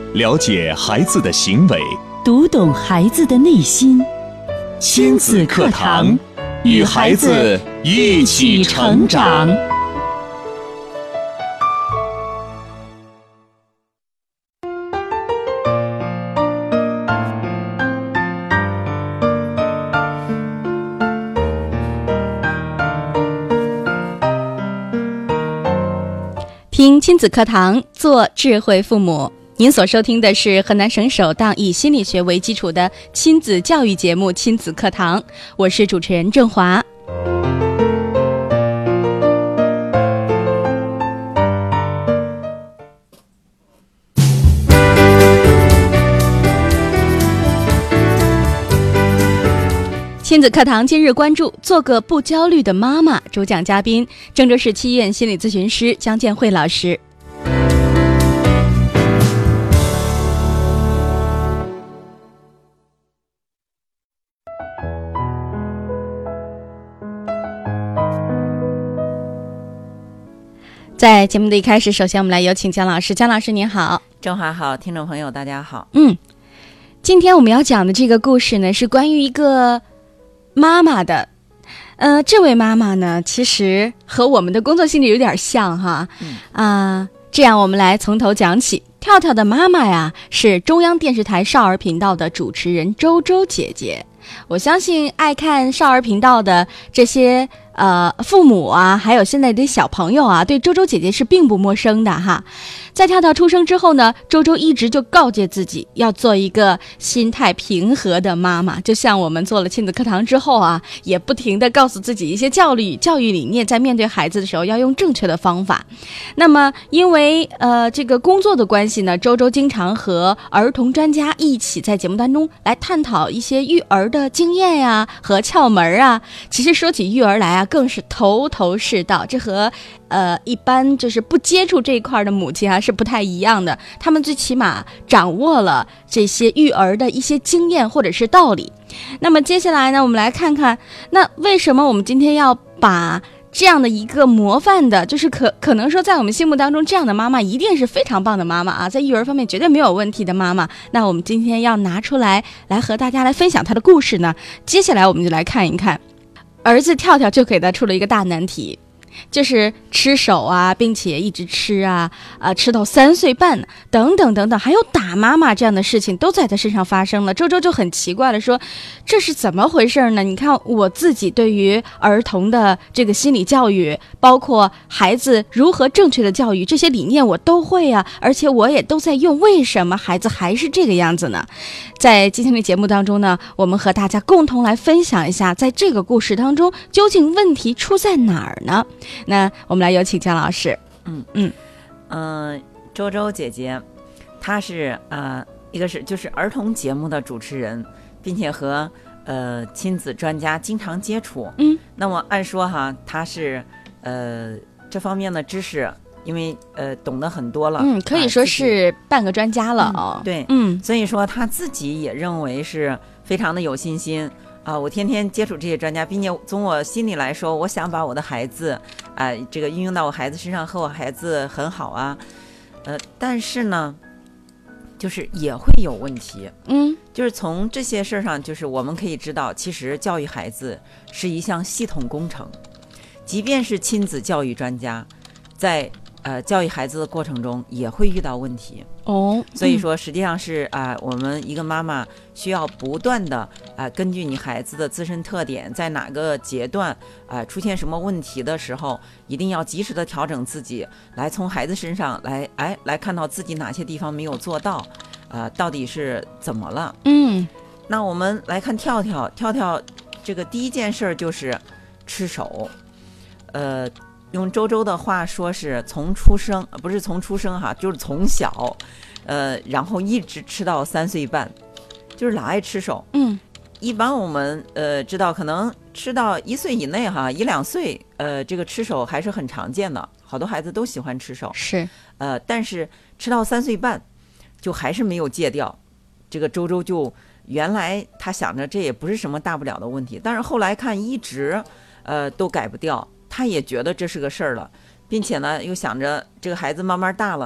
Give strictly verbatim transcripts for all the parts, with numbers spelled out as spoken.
了解孩子的行为， 读懂孩子的内心。 亲子课堂，与孩子一起成长。 听亲子课堂，做智慧父母。您所收听的是河南省首档以心理学为基础的亲子教育节目《亲子课堂》，我是主持人郑华。亲子课堂今日关注做个不焦虑的妈妈，主讲嘉宾郑州市七院心理咨询师江建慧老师。在节目的一开始，首先我们来有请江老师。江老师您好。 郑华好，听众朋友大家好。 嗯，今天我们要讲的这个故事呢，是关于一个妈妈的。呃，这位妈妈呢，其实和我们的工作性质有点像哈。嗯啊、呃，这样我们来从头讲起。跳跳的妈妈呀，是中央电视台少儿频道的主持人周周姐姐。我相信爱看少儿频道的这些呃父母啊，还有现在的小朋友啊，对周周姐姐是并不陌生的哈。在跳跳出生之后呢，周周一直就告诫自己要做一个心态平和的妈妈，就像我们做了亲子课堂之后啊，也不停地告诉自己一些教育教育理念，在面对孩子的时候要用正确的方法。那么因为呃这个工作的关系呢，周周经常和儿童专家一起在节目当中来探讨一些育儿的经验呀和窍门啊。其实说起育儿来啊，更是头头是道，这和呃一般就是不接触这一块的母亲啊是不太一样的。他们最起码掌握了这些育儿的一些经验或者是道理。那么接下来呢，我们来看看，那为什么我们今天要把这样的一个模范的，就是可可能说在我们心目当中，这样的妈妈一定是非常棒的妈妈啊，在育儿方面绝对没有问题的妈妈。那我们今天要拿出来来和大家来分享她的故事呢，接下来我们就来看一看，儿子跳跳就给他出了一个大难题，就是吃手啊，并且一直吃啊，呃，吃到三岁半等等等等，还有打妈妈这样的事情都在他身上发生了。周周就很奇怪了，说这是怎么回事呢？你看我自己对于儿童的这个心理教育，包括孩子如何正确的教育，这些理念我都会啊，而且我也都在用，为什么孩子还是这个样子呢？在今天的节目当中呢，我们和大家共同来分享一下，在这个故事当中究竟问题出在哪儿呢？那我们来有请江老师。 嗯嗯嗯、呃，周周姐姐，她是呃一个是就是儿童节目的主持人，并且和呃亲子专家经常接触。嗯，那么按说哈，她是呃这方面的知识，因为呃懂得很多了， 嗯，可以说是半个专家了哦。 嗯、对， 嗯， 所以说她自己也认为是非常的有信心。啊，我天天接触这些专家，并且从我心里来说，我想把我的孩子，啊，这个运用到我孩子身上，和我孩子很好啊，呃，但是呢，就是也会有问题，嗯，就是从这些事儿上，就是我们可以知道，其实教育孩子是一项系统工程，即便是亲子教育专家，在呃教育孩子的过程中也会遇到问题。哦，所以说实际上是啊、呃，我们一个妈妈需要不断的啊、呃，根据你孩子的自身特点，在哪个阶段啊、呃、出现什么问题的时候，一定要及时的调整自己，来从孩子身上来哎来看到自己哪些地方没有做到，啊、呃、到底是怎么了？嗯，那我们来看跳跳，跳跳这个第一件事就是吃手，呃。用周周的话说是从出生，不是从出生哈，就是从小，呃，然后一直吃到三岁半，就是老爱吃手。嗯，一般我们呃知道，可能吃到一岁以内哈，一两岁，呃，这个吃手还是很常见的，好多孩子都喜欢吃手。 是， 呃，但是吃到三岁半，就还是没有戒掉。这个周周就原来他想着这也不是什么大不了的问题，但是后来看一直呃都改不掉。他也觉得这是个事儿了，并且呢又想着这个孩子慢慢大了，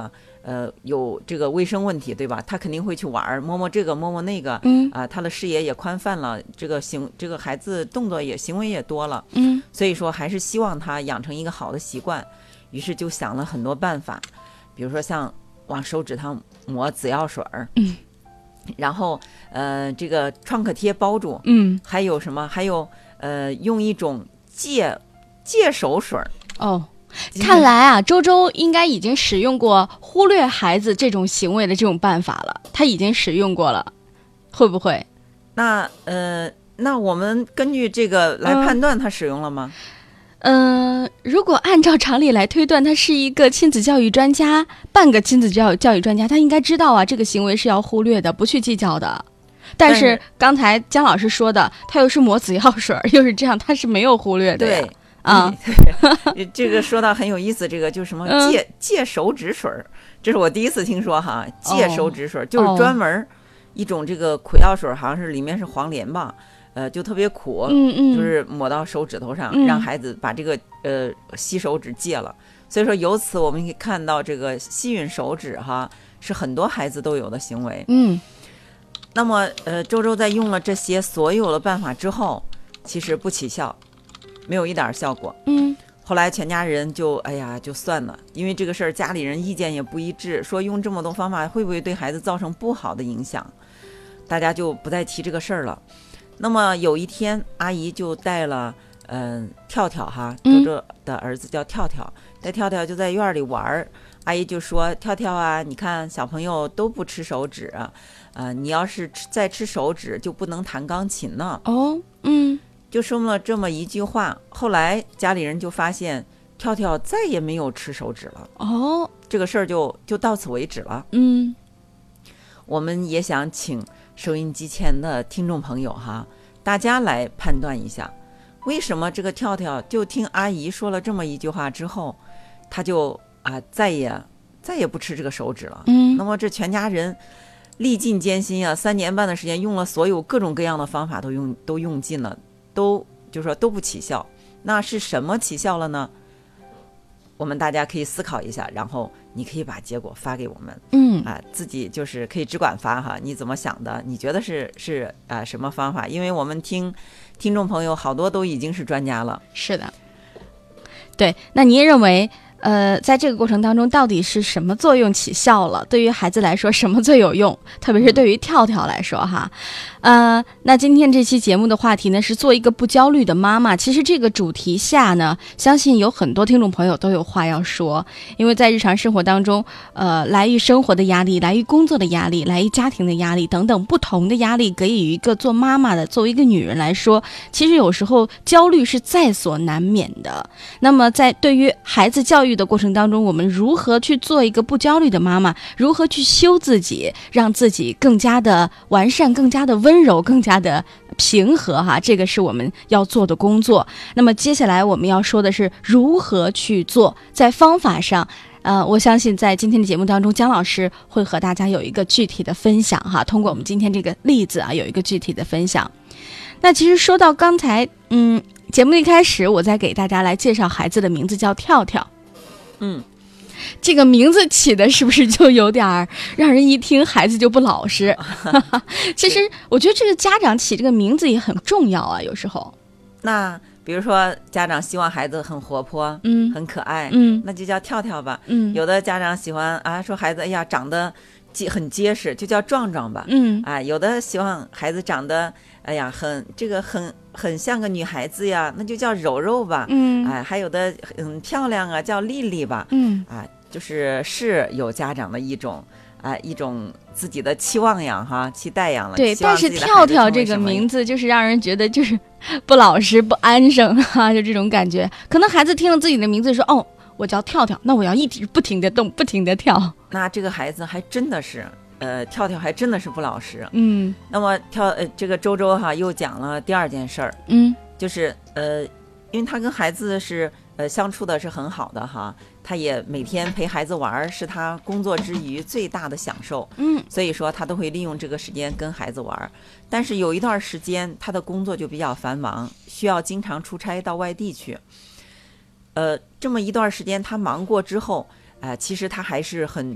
呃有这个卫生问题，对吧？他肯定会去玩，摸摸这个摸摸那个， 嗯啊、他的视野也宽泛了，这个行这个孩子动作也行为也多了， 嗯所以说还是希望他养成一个好的习惯，于是就想了很多办法，比如说像往手指上抹紫药水儿， 嗯， 然后呃这个创可贴包住， 嗯还有什么？还有呃用一种戒戒手水儿。 哦。看来啊，周周应该已经使用过忽略孩子这种行为的这种办法了，他已经使用过了，会不会？ 那呃，那我们根据这个来判断他使用了吗？ 嗯、呃，如果按照常理来推断，他是一个亲子教育专家，半个亲子教育教育专家，他应该知道啊，这个行为是要忽略的，不去计较的。但是但是刚才姜老师说的，他又是抹紫药水，又是这样，他是没有忽略的呀。 对。 啊， 对，这个说到很有意思，这个就是什么嗯戒戒手指水儿，这是我第一次听说哈。戒手指水儿就是专门一种这个苦药水儿，好像是里面是黄连吧，呃，就特别苦， 嗯嗯， 就是抹到手指头上， 嗯让孩子把这个呃吸手指戒了。所以说，由此我们可以看到，这个吸吮手指哈是很多孩子都有的行为。 嗯那么呃，周周在用了这些所有的办法之后，其实不起效。没有一点效果， 嗯， 后来全家人就哎呀就算了，因为这个事儿家里人意见也不一致，说用这么多方法会不会对孩子造成不好的影响，大家就不再提这个事儿了。那么有一天，阿姨就带了嗯、呃、跳跳哈，周周的儿子叫跳跳，带跳跳就在院里玩儿。阿姨就说：“跳跳啊，你看小朋友都不吃手指啊，呃，你要是吃再吃手指就不能弹钢琴呢。” 哦，嗯。 就说了这么一句话，后来家里人就发现跳跳再也没有吃手指了。 哦， 这个事儿就就到此为止了。 嗯， 我们也想请收音机前的听众朋友哈，大家来判断一下，为什么这个跳跳就听阿姨说了这么一句话之后，他就啊再也再也不吃这个手指了。 嗯， 那么这全家人历尽艰辛啊，三年半的时间，用了所有各种各样的方法都用都用尽了。都就是说都不起效，那是什么起效了呢？我们大家可以思考一下，然后你可以把结果发给我们。 嗯啊，自己就是可以只管发哈，你怎么想的？你觉得是是啊什么方法？因为我们听听众朋友好多都已经是专家了。 是的，对。那您认为？呃，在这个过程当中，到底是什么作用起效了？对于孩子来说，什么最有用？特别是对于跳跳来说，哈，呃，那今天这期节目的话题呢，是做一个不焦虑的妈妈。其实这个主题下呢，相信有很多听众朋友都有话要说，因为在日常生活当中，呃，来于生活的压力，来于工作的压力，来于家庭的压力等等不同的压力，给予一个做妈妈的，作为一个女人来说，其实有时候焦虑是在所难免的。那么在对于孩子教育的过程当中，我们如何去做一个不焦虑的妈妈？如何去修自己，让自己更加的完善，更加的温柔，更加的平和哈？这个是我们要做的工作。那么接下来我们要说的是如何去做，在方法上。呃，我相信在今天的节目当中，姜老师会和大家有一个具体的分享哈。通过我们今天这个例子啊，有一个具体的分享。那其实说到刚才，嗯，节目一开始我再给大家来介绍孩子的名字叫跳跳。 嗯， 这个名字起的是不是就有点儿让人一听孩子就不老实？其实我觉得这个家长起这个名字也很重要啊，有时候。 那比如说家长希望孩子很活泼， 嗯， 很可爱， 嗯， 那就叫跳跳吧。 嗯， 有的家长喜欢啊，说孩子哎呀长得结很结实，就叫壮壮吧。 嗯， 啊，有的希望孩子长得哎呀很这个很很像个女孩子呀，那就叫柔柔吧。 嗯， 哎，还有的很漂亮啊，叫丽丽吧。 嗯， 啊，就是是有家长的一种啊一种自己的期望呀哈，期待呀了。 对，但是跳跳这个名字就是让人觉得就是不老实、不安生哈，就这种感觉。可能孩子听了自己的名字说哦。我叫跳跳，那我要一直不停地动，不停地跳。 那这个孩子还真的是，呃，跳跳还真的是不老实。 嗯， 那么跳，呃，这个周周哈又讲了第二件事儿， 嗯， 就是呃，因为他跟孩子是呃相处的是很好的哈，他也每天陪孩子玩，是他工作之余最大的享受。 嗯， 所以说他都会利用这个时间跟孩子玩。但是有一段时间，他的工作就比较繁忙，需要经常出差到外地去。呃，这么一段时间他忙过之后，呃，其实他还是很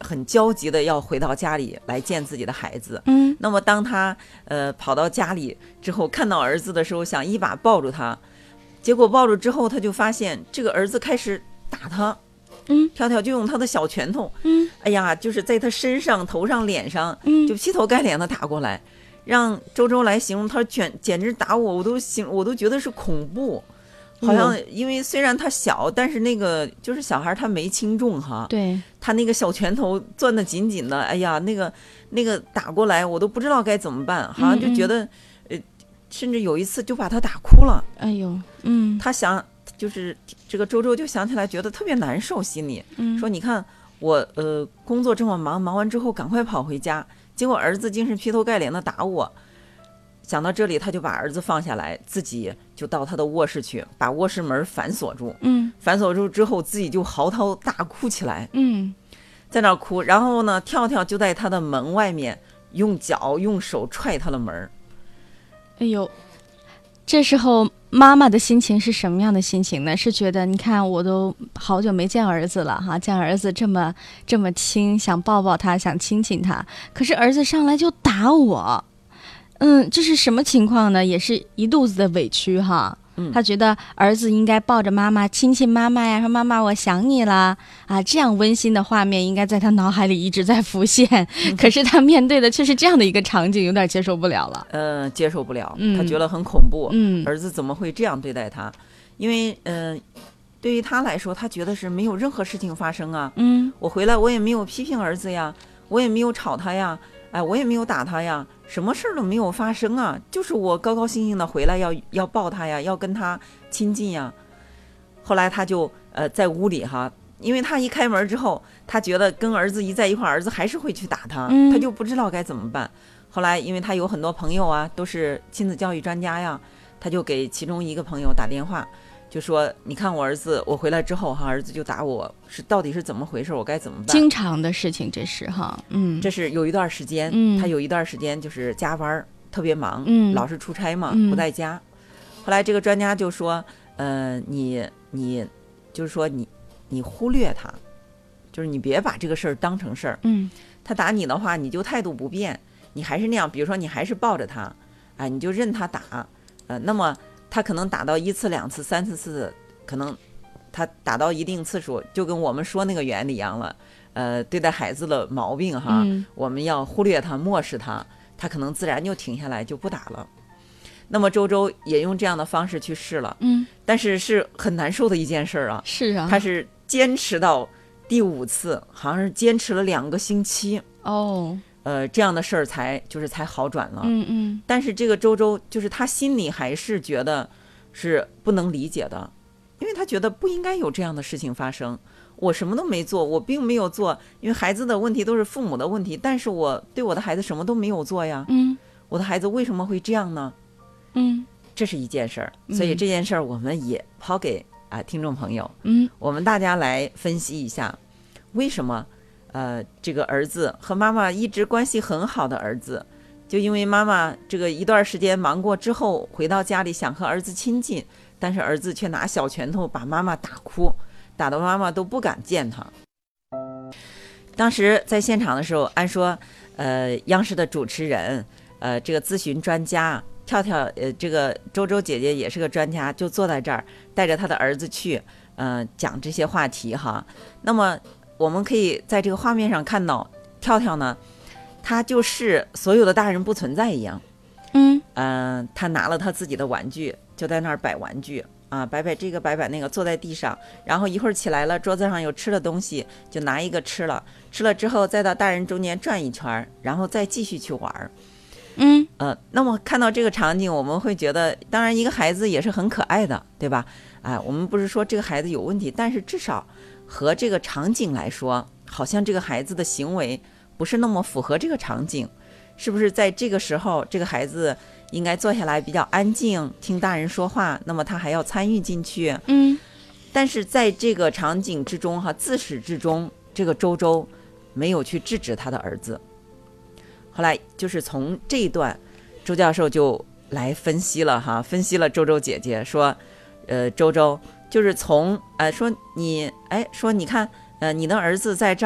很焦急的要回到家里来见自己的孩子。 嗯， 那么当他呃跑到家里之后，看到儿子的时候，想一把抱住他，结果抱住之后，他就发现这个儿子开始打他。 嗯， 跳跳就用他的小拳头， 嗯， 哎呀，就是在他身上、头上、脸上， 嗯， 就劈头盖脸的打过来，让周周来形容他简简直打我，我都形我都觉得是恐怖。好像因为虽然他小，但是那个就是小孩他没轻重哈， 对， 他那个小拳头攥得紧紧的，哎呀，那个那个打过来，我都不知道该怎么办，好像就觉得，嗯嗯呃，甚至有一次就把他打哭了。 哎呦，嗯， 他想就是这个周周就想起来，觉得特别难受，心里、 嗯、 说你看我呃工作这么忙，忙完之后赶快跑回家，结果儿子竟是劈头盖脸的打我。想到这里，他就把儿子放下来，自己就到他的卧室去，把卧室门反锁住。 嗯， 反锁住之后，自己就嚎啕大哭起来。 嗯， 在那儿哭，然后呢，跳跳就在他的门外面用脚用手踹他的门。 哎呦，这时候妈妈的心情是什么样的心情呢？是觉得你看我都好久没见儿子了哈，见儿子这么这么亲，想抱抱他，想亲亲他，可是儿子上来就打我。嗯，这是什么情况呢？也是一肚子的委屈哈。 嗯， 他觉得儿子应该抱着妈妈亲亲妈妈呀，说妈妈我想你啦啊，这样温馨的画面应该在他脑海里一直在浮现。嗯、可是他面对的却是这样的一个场景，有点接受不了了。 呃，接受不了， 嗯、 他觉得很恐怖。 嗯， 儿子怎么会这样对待他？因为嗯、呃，对于他来说，他觉得是没有任何事情发生啊。 嗯， 我回来我也没有批评儿子呀，我也没有吵他呀。哎，我也没有打他呀，什么事儿都没有发生啊，就是我高高兴兴的回来要要抱他呀，要跟他亲近呀。后来他就呃在屋里哈，因为他一开门之后，他觉得跟儿子一在一块儿，儿子还是会去打他， 嗯、 他就不知道该怎么办。后来因为他有很多朋友啊，都是亲子教育专家呀，他就给其中一个朋友打电话。就说你看我儿子，我回来之后哈，儿子就打我，是到底是怎么回事？我该怎么办？ 经常的事情，这是哈，嗯， 这是有一段时间， 嗯， 他有一段时间就是加班特别忙， 嗯， 老是出差嘛， 嗯、 不在家。后来这个专家就说，呃，你你就是说你你忽略他，就是你别把这个事儿当成事儿， 嗯， 他打你的话，你就态度不变，你还是那样，比如说你还是抱着他，哎，你就任他打，呃，那么。他可能打到一次两次三次次，可能他打到一定次数，就跟我们说那个原理一样了。呃，对待孩子的毛病哈， 嗯、 我们要忽略他、漠视他，他可能自然就停下来就不打了。那么周周也用这样的方式去试了， 嗯， 但是是很难受的一件事啊。 是啊， 他是坚持到第五次，好像是坚持了两个星期哦。 呃，这样的事儿才就是才好转了。 嗯嗯。 但是这个周周就是他心里还是觉得是不能理解的，因为他觉得不应该有这样的事情发生。我什么都没做，我并没有做，因为孩子的问题都是父母的问题，但是我对我的孩子什么都没有做呀。 嗯。 我的孩子为什么会这样呢？ 嗯， 这是一件事儿。所以这件事儿我们也抛给啊、呃、听众朋友， 嗯， 我们大家来分析一下，为什么。呃，这个儿子和妈妈一直关系很好的儿子，就因为妈妈这个一段时间忙过之后，回到家里想和儿子亲近，但是儿子却拿小拳头把妈妈打哭，打得妈妈都不敢见他。当时在现场的时候，按说，呃，央视的主持人，呃，这个咨询专家跳跳，呃，这个周周姐姐也是个专家，就坐在这儿，带着他的儿子去，呃，讲这些话题哈。那么。我们可以在这个画面上看到，跳跳呢，他就是所有的大人不存在一样。 嗯， 呃，他拿了他自己的玩具，就在那儿摆玩具啊，摆摆这个，摆摆那个，坐在地上，然后一会儿起来了，桌子上有吃的东西，就拿一个吃了，吃了之后再到大人中间转一圈，然后再继续去玩。 嗯， 呃，那么看到这个场景，我们会觉得，当然一个孩子也是很可爱的，对吧？哎、呃，我们不是说这个孩子有问题，但是至少。和这个场景来说，好像这个孩子的行为不是那么符合这个场景，是不是在这个时候这个孩子应该坐下来比较安静听大人说话，那么他还要参与进去。 嗯， 但是在这个场景之中哈，自始至终这个周周没有去制止他的儿子。后来就是从这一段周教授就来分析了哈，分析了周周姐姐说，呃，周周就是从呃说你哎说你看呃你的儿子在这儿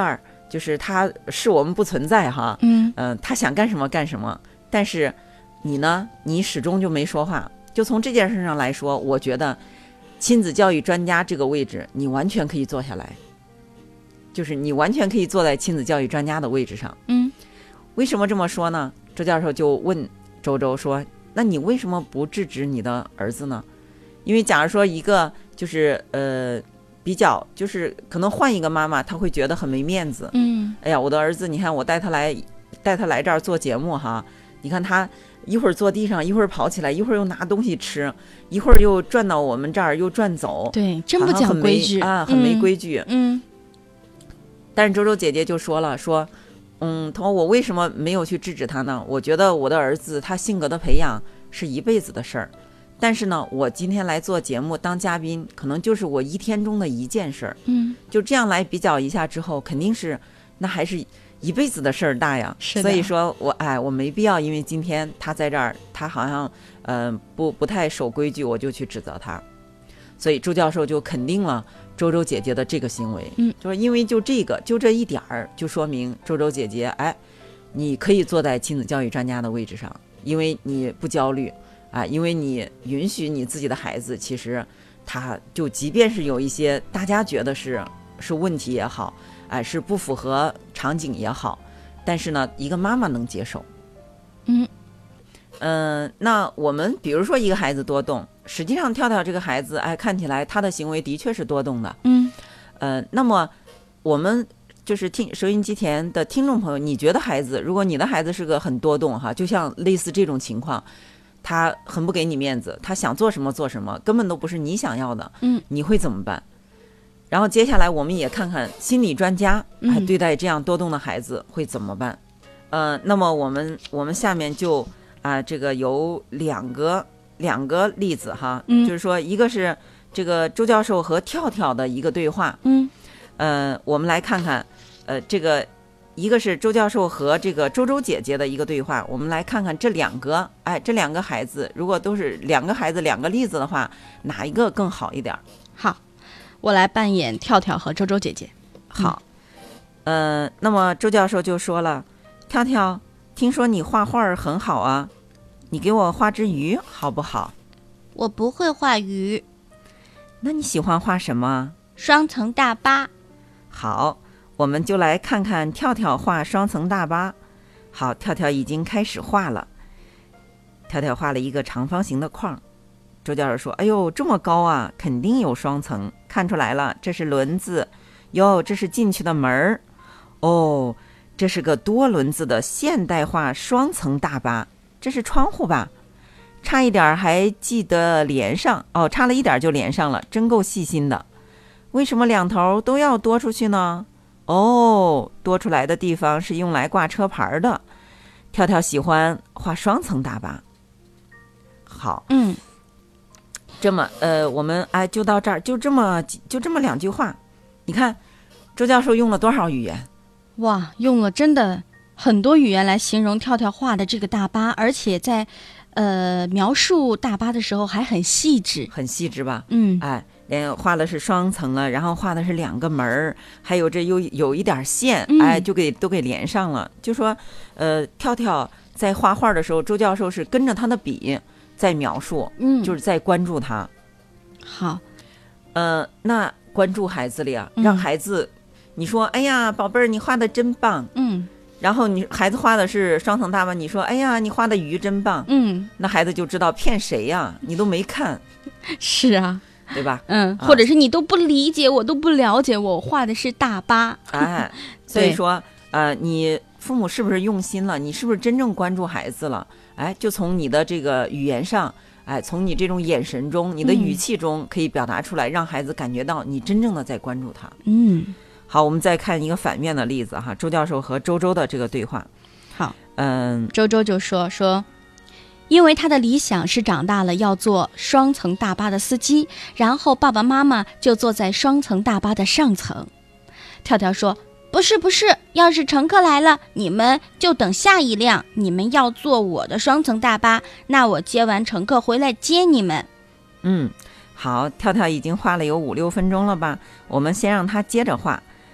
就是他是我们不存在哈， 嗯嗯、呃，他想干什么干什么，但是你呢，你始终就没说话。就从这件事上来说，我觉得亲子教育专家这个位置，你完全可以坐下来，就是你完全可以坐在亲子教育专家的位置上。 嗯， 为什么这么说呢？周教授就问周周说：“那你为什么不制止你的儿子呢？因为假如说一个就是呃。”比较就是可能换一个妈妈，她会觉得很没面子。 嗯， 哎呀，我的儿子，你看我带他来，带他来这儿做节目哈，你看他一会儿坐地上，一会儿跑起来，一会儿又拿东西吃，一会儿又转到我们这儿又转走。 对，真不讲规矩啊，很没规矩。 嗯， 但是周周姐姐就说了，说，嗯，他说我为什么没有去制止他呢？我觉得我的儿子他性格的培养是一辈子的事儿。但是呢，我今天来做节目当嘉宾，可能就是我一天中的一件事儿。 嗯， 就这样来比较一下之后，肯定是那还是一辈子的事儿大呀。 是的。 所以说我哎，我没必要因为今天他在这儿，他好像嗯、呃、不不太守规矩，我就去指责他。所以周教授就肯定了周周姐姐的这个行为。 嗯， 就是因为就这个就这一点儿，就说明周周姐姐哎，你可以坐在亲子教育专家的位置上，因为你不焦虑。啊，因为你允许你自己的孩子，其实他就即便是有一些大家觉得是是问题也好，哎、啊，是不符合场景也好，但是呢，一个妈妈能接受。 嗯嗯、呃，那我们比如说一个孩子多动，实际上跳跳这个孩子，哎，看起来他的行为的确是多动的。 嗯， 呃，那么我们就是听收音机前的听众朋友，你觉得孩子，如果你的孩子是个很多动哈，就像类似这种情况。他很不给你面子，他想做什么做什么，根本都不是你想要的。 嗯， 你会怎么办？然后接下来我们也看看心理专家还对待这样多动的孩子会怎么办。嗯、呃，那么我们我们下面就啊、呃，这个有两个两个例子哈， 嗯， 就是说一个是这个周教授和跳跳的一个对话。 嗯， 呃，我们来看看，呃，这个。一个是周教授和这个周周姐姐的一个对话，我们来看看这两个，哎，这两个孩子如果都是两个孩子两个例子的话，哪一个更好一点？ 好，我来扮演跳跳和周周姐姐。 好，嗯、呃，那么周教授就说了，跳跳，听说你画画很好啊，你给我画只鱼好不好？ 我不会画鱼。 那你喜欢画什么？ 双层大巴。 好。我们就来看看跳跳画双层大巴。好，跳跳已经开始画了。跳跳画了一个长方形的框。周教授说：“哎呦，这么高啊，肯定有双层。看出来了，这是轮子。哟，这是进去的门儿。哦，这是个多轮子的现代化双层大巴。这是窗户吧？差一点还记得连上。哦，差了一点就连上了，真够细心的。为什么两头都要多出去呢？”哦，多出来的地方是用来挂车牌的。跳跳喜欢画双层大巴。好， 嗯， 这么呃，我们哎就到这儿，就这么就这么两句话。你看，周教授用了多少语言？ 哇，用了真的很多语言来形容跳跳画的这个大巴，而且在呃描述大巴的时候还很细致， 很细致吧？ 嗯， 哎。连画的是双层了，然后画的是两个门儿，还有这又有一点线， 嗯、 哎，就给都给连上了。就说，呃，跳跳在画画的时候，周教授是跟着他的笔在描述， 嗯， 就是在关注他。 好， 呃，那关注孩子了呀，让孩子，嗯、你说，哎呀，宝贝儿，你画的真棒， 嗯， 然后你孩子画的是双层大巴，你说，哎呀，你画的鱼真棒， 嗯， 那孩子就知道骗谁呀，你都没看， 是啊。 对吧？ 嗯，或者是你都不理解，啊、我都不了解，我画的是大巴。 哎，所以说，呃，你父母是不是用心了？你是不是真正关注孩子了？哎，就从你的这个语言上，哎，从你这种眼神中、你的语气中，可以表达出来，嗯、让孩子感觉到你真正的在关注他。 嗯， 好，我们再看一个反面的例子哈，周教授和周周的这个对话。 好， 嗯， 周周就说说。因为他的理想是长大了要做双层大巴的司机，然后爸爸妈妈就坐在双层大巴的上层。跳跳说：“不是不是，要是乘客来了，你们就等下一辆，你们要坐我的双层大巴，那我接完乘客回来接你们。” 嗯，好，跳跳已经画了有五六分钟了吧？我们先让他接着画。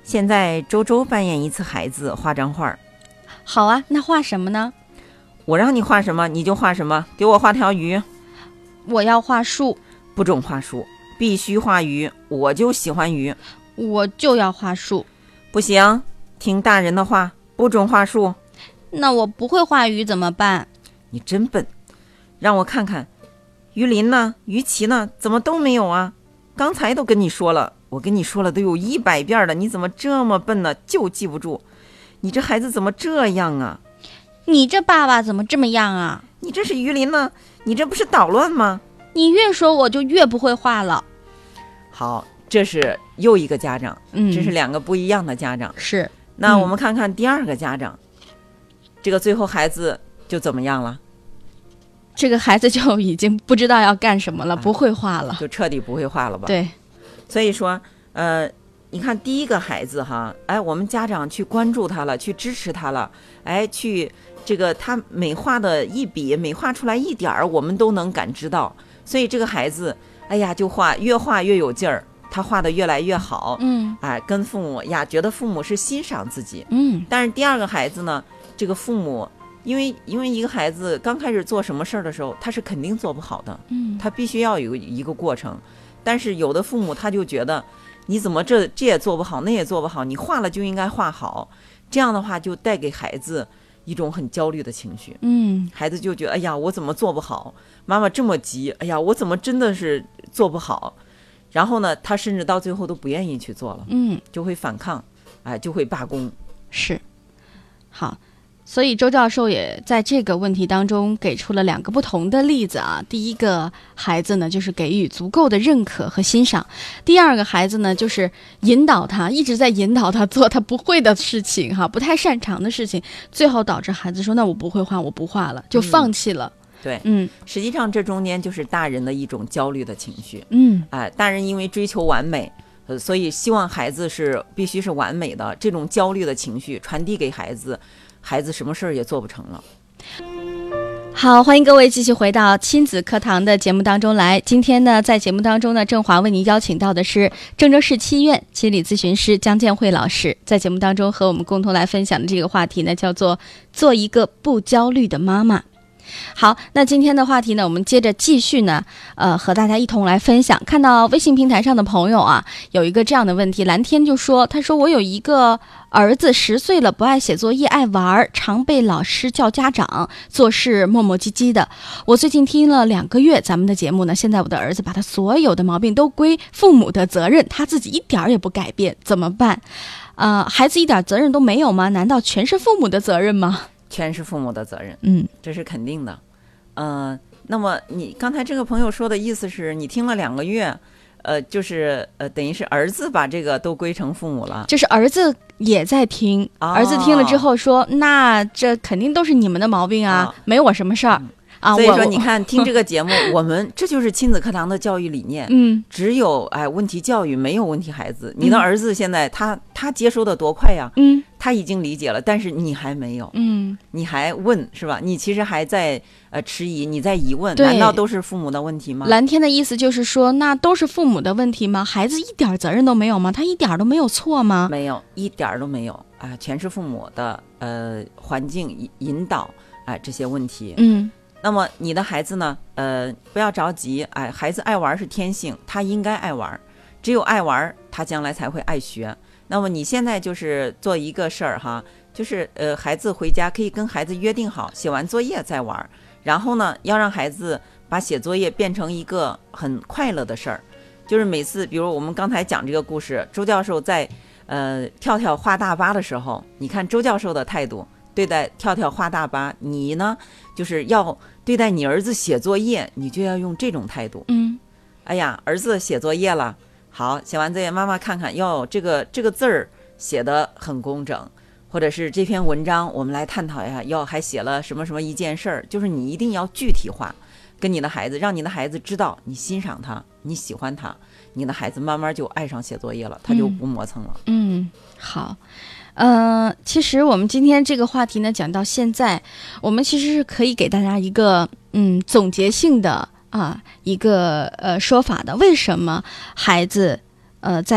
现在周周扮演一次孩子，画张画。 好啊，那画什么呢？ 我让你画什么你就画什么，给我画条鱼。 我要画树。 不准画树，必须画鱼，我就喜欢鱼。 我就要画树。 不行，听大人的话，不准画树。 那我不会画鱼怎么办？ 你真笨，让我看看，鱼鳞呢？鱼鳍呢？怎么都没有啊？刚才都跟你说了，我跟你说了都有一百遍了，你怎么这么笨呢？就记不住。你这孩子怎么这样啊？ 你这爸爸怎么这么样啊？ 你这是鱼鳞呢？你这不是捣乱吗？ 你越说我就越不会画了。 好，这是又一个家长， 嗯， 这是两个不一样的家长。 是， 那我们看看第二个家长，嗯、这个最后孩子就怎么样了？ 这个孩子就已经不知道要干什么了，啊、不会画了， 就彻底不会画了吧？ 对， 所以说，呃，你看第一个孩子哈，哎，我们家长去关注他了，去支持他了，哎，去这个他每画的一笔，每画出来一点儿，我们都能感知到。所以这个孩子，哎呀，就画越画越有劲儿，他画的越来越好， 嗯， 哎，跟父母呀，觉得父母是欣赏自己， 嗯。 但是第二个孩子呢，这个父母，因为因为一个孩子刚开始做什么事儿的时候，他是肯定做不好的， 嗯， 他必须要有一个过程。但是有的父母他就觉得，你怎么这这也做不好，那也做不好，你画了就应该画好，这样的话就带给孩子一种很焦虑的情绪， 嗯， 孩子就觉得，哎呀，我怎么做不好？妈妈这么急，哎呀，我怎么真的是做不好？然后呢，他甚至到最后都不愿意去做了， 嗯， 就会反抗，哎，就会罢工。 是，好，所以周教授也在这个问题当中给出了两个不同的例子啊。第一个孩子呢，就是给予足够的认可和欣赏；第二个孩子呢，就是引导他，一直在引导他做他不会的事情，哈，不太擅长的事情，最后导致孩子说：“那我不会画，我不画了，就放弃了。嗯” 对， 嗯， 实际上这中间就是大人的一种焦虑的情绪， 嗯， 哎、呃，大人因为追求完美，呃，所以希望孩子是必须是完美的，这种焦虑的情绪传递给孩子，孩子什么事儿也做不成了。 好，欢迎各位继续回到亲子课堂的节目当中来。今天呢，在节目当中呢，郑华为您邀请到的是郑州市七院心理咨询师姜建慧老师，在节目当中和我们共同来分享的这个话题呢，叫做做一个不焦虑的妈妈。好，那今天的话题呢，我们接着继续呢，呃，和大家一同来分享。看到微信平台上的朋友啊，有一个这样的问题，蓝天就说，他说我有一个儿子十岁了，不爱写作业，爱玩，常被老师叫家长，做事磨磨唧唧的。我最近听了两个月咱们的节目呢，现在我的儿子把他所有的毛病都归父母的责任，他自己一点也不改变，怎么办？呃，孩子一点责任都没有吗？难道全是父母的责任吗？ 全是父母的责任， 嗯， 这是肯定的。嗯、呃，那么你刚才这个朋友说的意思是你听了两个月，呃，就是呃，等于是儿子把这个都归成父母了， 就是儿子也在听，哦、儿子听了之后说，那这肯定都是你们的毛病啊，哦、没我什么事儿。嗯啊， 所以说你看听这个节目我们这就是亲子课堂的教育理念， 嗯， 只有哎问题教育，没有问题孩子。你的儿子现在他他接收的多快呀， 嗯， 他已经理解了，但是你还没有， 嗯， 你还问是吧？你其实还在呃迟疑，你在疑问，难道都是父母的问题吗？ 蓝天的意思就是说，那都是父母的问题吗？孩子一点责任都没有吗？他一点都没有错吗？ 没有，一点都没有啊、呃，全是父母的呃环境引导啊、呃、这些问题， 嗯。 那么你的孩子呢？呃，不要着急，哎，孩子爱玩是天性，他应该爱玩，只有爱玩，他将来才会爱学。那么你现在就是做一个事儿哈，就是呃，孩子回家可以跟孩子约定好，写完作业再玩，然后呢，要让孩子把写作业变成一个很快乐的事儿，就是每次，比如我们刚才讲这个故事，周教授在呃跳跳画大巴的时候，你看周教授的态度。对待跳跳画大巴，你呢就是要对待你儿子写作业，你就要用这种态度。 嗯， 哎呀，儿子写作业了，好，写完作业，妈妈看看，哟，这个这个字儿写得很工整，或者是这篇文章我们来探讨一下，哟，还写了什么什么一件事儿，就是你一定要具体化，跟你的孩子，让你的孩子知道你欣赏他，你喜欢他，你的孩子慢慢就爱上写作业了，他就不磨蹭了。 嗯，嗯好。呃，其实我们今天这个话题呢，讲到现在，我们其实是可以给大家一个嗯总结性的啊一个呃说法的。为什么孩子呃在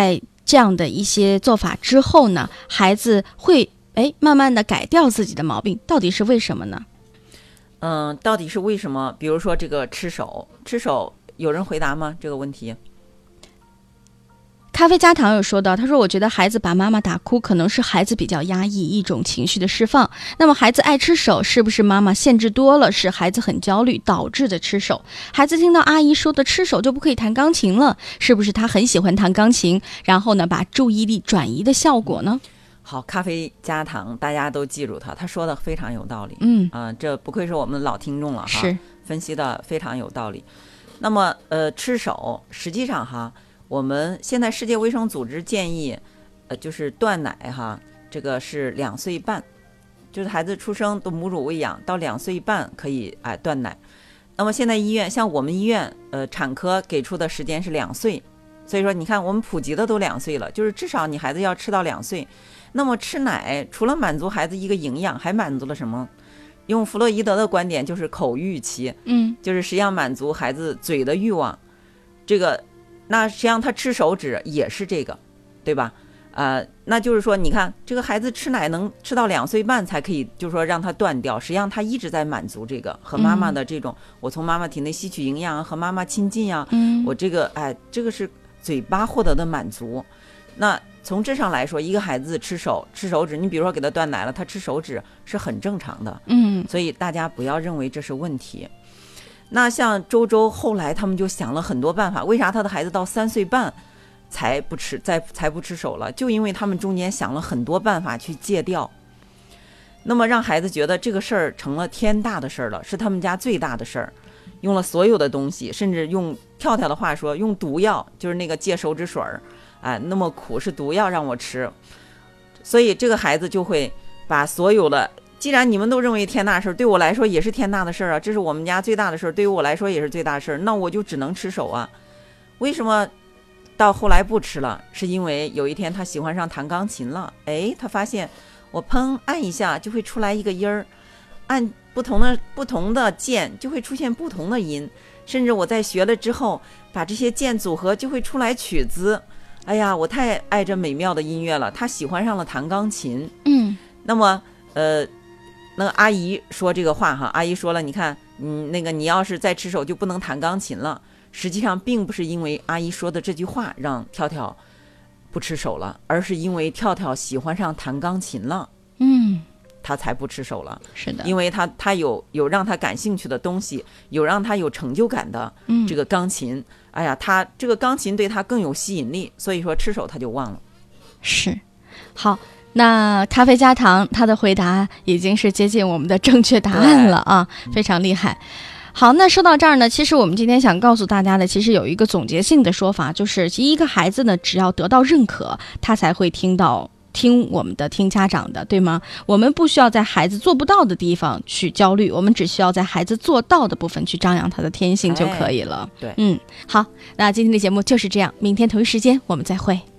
这样的一些做法之后呢，孩子会哎慢慢的改掉自己的毛病，到底是为什么呢？ 嗯，到底是为什么？比如说这个吃手，吃手有人回答吗？这个问题？ 咖啡加糖有说到，他说我觉得孩子把妈妈打哭可能是孩子比较压抑，一种情绪的释放。那么孩子爱吃手是不是妈妈限制多了，使孩子很焦虑导致的吃手？孩子听到阿姨说的吃手就不可以弹钢琴了，是不是他很喜欢弹钢琴，然后呢把注意力转移的效果呢？ 好，咖啡加糖大家都记住他，他说的非常有道理。 嗯啊、呃，这不愧是我们老听众了哈， 是分析的非常有道理。那么呃吃手实际上哈，我们现在世界卫生组织建议，呃，就是断奶哈，这个是两岁半，就是孩子出生都母乳喂养到两岁半可以哎、呃、断奶。那么现在医院，像我们医院，呃，产科给出的时间是两岁，所以说你看我们普及的都两岁了，就是至少你孩子要吃到两岁。那么吃奶除了满足孩子一个营养，还满足了什么？用弗洛伊德的观点就是口欲期， 嗯， 就是实际上满足孩子嘴的欲望，这个。那实际上他吃手指也是这个，对吧？呃，那就是说，你看这个孩子吃奶能吃到两岁半才可以，就是说让他断掉。实际上他一直在满足这个和妈妈的这种，嗯、我从妈妈体内吸取营养，和妈妈亲近呀、啊。嗯，我这个哎，这个是嘴巴获得的满足。那从这上来说，一个孩子吃手吃手指，你比如说给他断奶了，他吃手指是很正常的。 嗯， 所以大家不要认为这是问题。那像周周后来他们就想了很多办法，为啥他的孩子到三岁半才不吃再才不吃手了？就因为他们中间想了很多办法去戒掉，那么让孩子觉得这个事儿成了天大的事儿了，是他们家最大的事儿，用了所有的东西，甚至用跳跳的话说，用毒药，就是那个戒手指水儿，哎，那么苦是毒药让我吃，所以这个孩子就会把所有的。既然你们都认为天大事儿，对我来说也是天大的事儿啊，这是我们家最大的事儿，对于我来说也是最大的事儿，那我就只能吃手啊。为什么到后来不吃了？是因为有一天他喜欢上弹钢琴了，哎，他发现我砰按一下就会出来一个音儿，按不同的不同的键就会出现不同的音，甚至我在学了之后，把这些键组合就会出来曲子。哎呀，我太爱这美妙的音乐了，他喜欢上了弹钢琴。 嗯， 那么呃。那个阿姨说这个话哈，阿姨说了，你看，嗯，那个你要是再吃手就不能弹钢琴了。实际上并不是因为阿姨说的这句话让跳跳不吃手了，而是因为跳跳喜欢上弹钢琴了， 嗯， 他才不吃手了。 是的， 因为他他有有让他感兴趣的东西，有让他有成就感的这个钢琴。嗯、哎呀，他这个钢琴对他更有吸引力，所以说吃手他就忘了。 是，好。那咖啡加糖他的回答已经是接近我们的正确答案了啊，非常厉害。好，那说到这儿呢，其实我们今天想告诉大家的，其实有一个总结性的说法，就是一个孩子呢，只要得到认可，他才会听到听我们的听家长的，对吗？我们不需要在孩子做不到的地方去焦虑，我们只需要在孩子做到的部分去张扬他的天性就可以了。 哎、对， 嗯，好，那今天的节目就是这样，明天同一时间我们再会。